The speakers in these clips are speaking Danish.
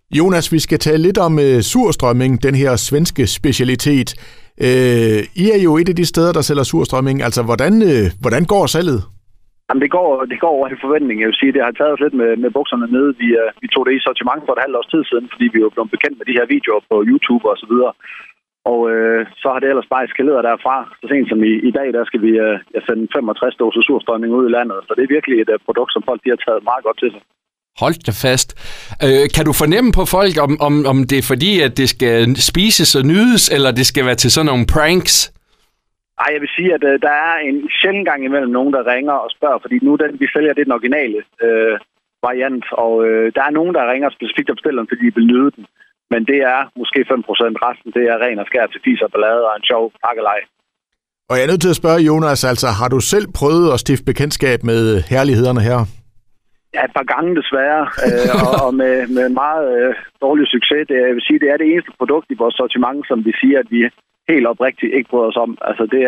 Jonas, vi skal tale lidt om surstrømming, den her svenske specialitet. I er jo et af de steder, der sælger surstrømming. Altså, hvordan går salget? Jamen, det går over til forventning. Jeg vil sige, det har taget os lidt med bukserne nede. Vi tog det i sortiment for et halvt års tid siden, fordi vi jo blev bekendt med de her videoer på YouTube og så videre. Og så har det ellers bare eskaleret derfra. Så sent som i dag, der skal vi sende 65 dåser surstrømming ud i landet. Så det er virkelig et produkt, som folk de har taget meget godt til sig. Hold da fast. Kan du fornemme på folk, om det er fordi, at det skal spises og nydes, eller det skal være til sådan nogle pranks? Ej, jeg vil sige, at der er en sjældent gang imellem nogen, der ringer og spørger, fordi nu vi sælger det den originale variant, og der er nogen, der ringer specifikt og bestiller den, fordi de vil nyde den. Men det er måske 5%. Resten, det er ren og skær til fis og ballade og en sjov pakkelej. Og jeg er nødt til at spørge, Jonas, altså har du selv prøvet at stifte bekendtskab med herlighederne her? Ja, et par gange desværre, og med meget dårlig succes. Jeg vil sige, det er det eneste produkt i vores sortiment, som vi siger, at vi helt oprigtigt ikke bryder os om. Altså, det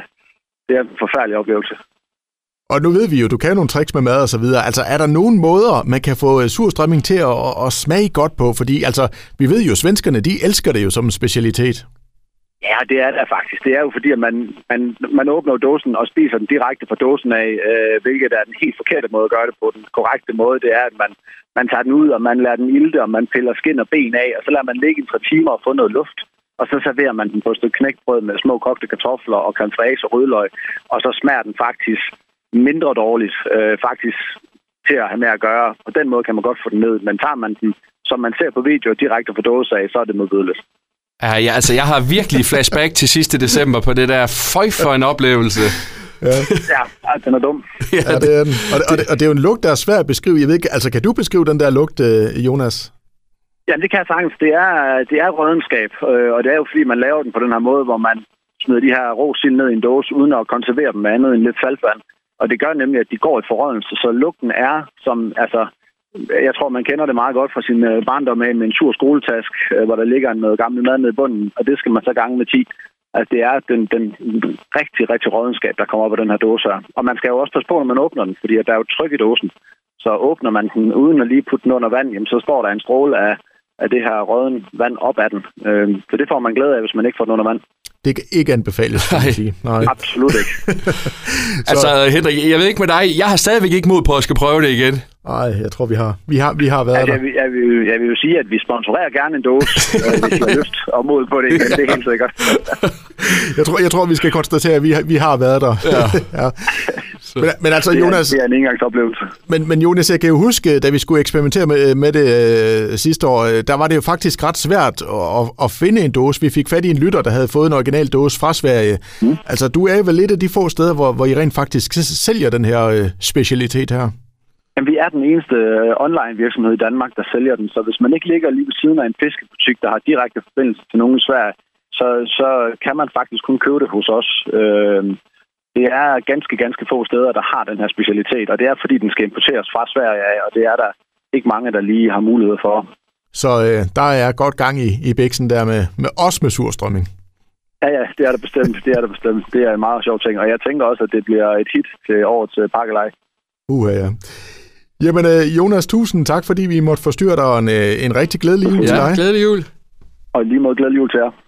er en forfærdelig oplevelse. Og nu ved vi jo, du kan nogle tricks med mad og så videre. Altså, er der nogen måder, man kan få surstrømming til at smage godt på? Fordi, altså, vi ved jo, svenskerne, de elsker det jo som en specialitet. Ja, det er det faktisk. Det er jo fordi, at man åbner dåsen og spiser den direkte fra dåsen af, hvilket er den helt forkerte måde at gøre det på. Den korrekte måde, det er, at man tager den ud, og man lader den ilte, og man piller skin og ben af, og så lader man ligge i 3 timer og få noget luft. Og så serverer man den på et stykke knækbrød med små kogte kartofler og creme fraise og rødløg, og så smager den faktisk mindre dårligt, faktisk til at have med at gøre. På den måde kan man godt få den ned, men tager man den, som man ser på video, direkte fra dåse af, så er det modbydeligt. Ja, altså jeg har virkelig flashback til sidste december på det der. Føj for en oplevelse. Ja, den er dum. Ja, det er den. Og det er jo en lugt, der er svær at beskrive. Jeg ved ikke, altså kan du beskrive den der lugt, Jonas? Ja, det kan jeg sagtens. Det er rådenskab, og det er jo fordi, man laver den på den her måde, hvor man smider de her rå sild ned i en dåse, uden at konservere dem med andet end lidt saltvand. Og det gør nemlig, at de går i forrådnelse, så lugten er som, altså, jeg tror, man kender det meget godt fra sin barndom med en sur skoletask, hvor der ligger noget gammel mad nede i bunden, og det skal man så gange med 10. Altså, det er den rigtig, rigtig rådenskab, der kommer op af den her dåse her. Og man skal jo også passe på, når man åbner den, fordi der er jo tryk i dåsen. Så åbner man den uden at lige putte den under vand, jamen, så står der en stråle af det her råden vand op af den. Så det får man glæde af, hvis man ikke får den under vand. Det kan ikke anbefales, kan man sige. Nej. Absolut ikke. Altså, Henrik, jeg ved ikke med dig. Jeg har stadigvæk ikke mod på, at jeg skal prøve det igen. Nej, jeg tror, vi har været der. Jeg vil jo sige, at vi sponsorerer gerne en dåse, hvis I har lyst og mod på det igen. Det er helt sikkert. jeg tror, vi skal konstatere, at vi har været der. Ja. Ja. Men altså, Jonas... Det er en engangsoplevelse. Men Jonas, jeg kan jo huske, da vi skulle eksperimentere med det sidste år, der var det jo faktisk ret svært at finde en dåse. Vi fik fat i en lytter, der havde fået en original dåse fra Sverige. Altså, du er vel lidt af de få steder, hvor I rent faktisk sælger den her specialitet her. Jamen, vi er den eneste online virksomhed i Danmark, der sælger den. Så hvis man ikke ligger lige ved siden af en fiskebutik, der har direkte forbindelse til nogen i Sverige, så kan man faktisk kun købe det hos os. Det er ganske få steder, der har den her specialitet, og det er, fordi den skal importeres fra Sverige af, og det er der ikke mange, der lige har mulighed for. Så der er godt gang i bæksen der med os med surstrømming. Ja, det er der bestemt. Det er en meget sjov ting, og jeg tænker også, at det bliver et hit til årets pakkelej. Ja. Jamen, Jonas, tusind tak, fordi vi måtte forstyrre dig, og en rigtig glædelig jul til dig. Ja, glædelig jul. Og lige måde glædelig jul til jer.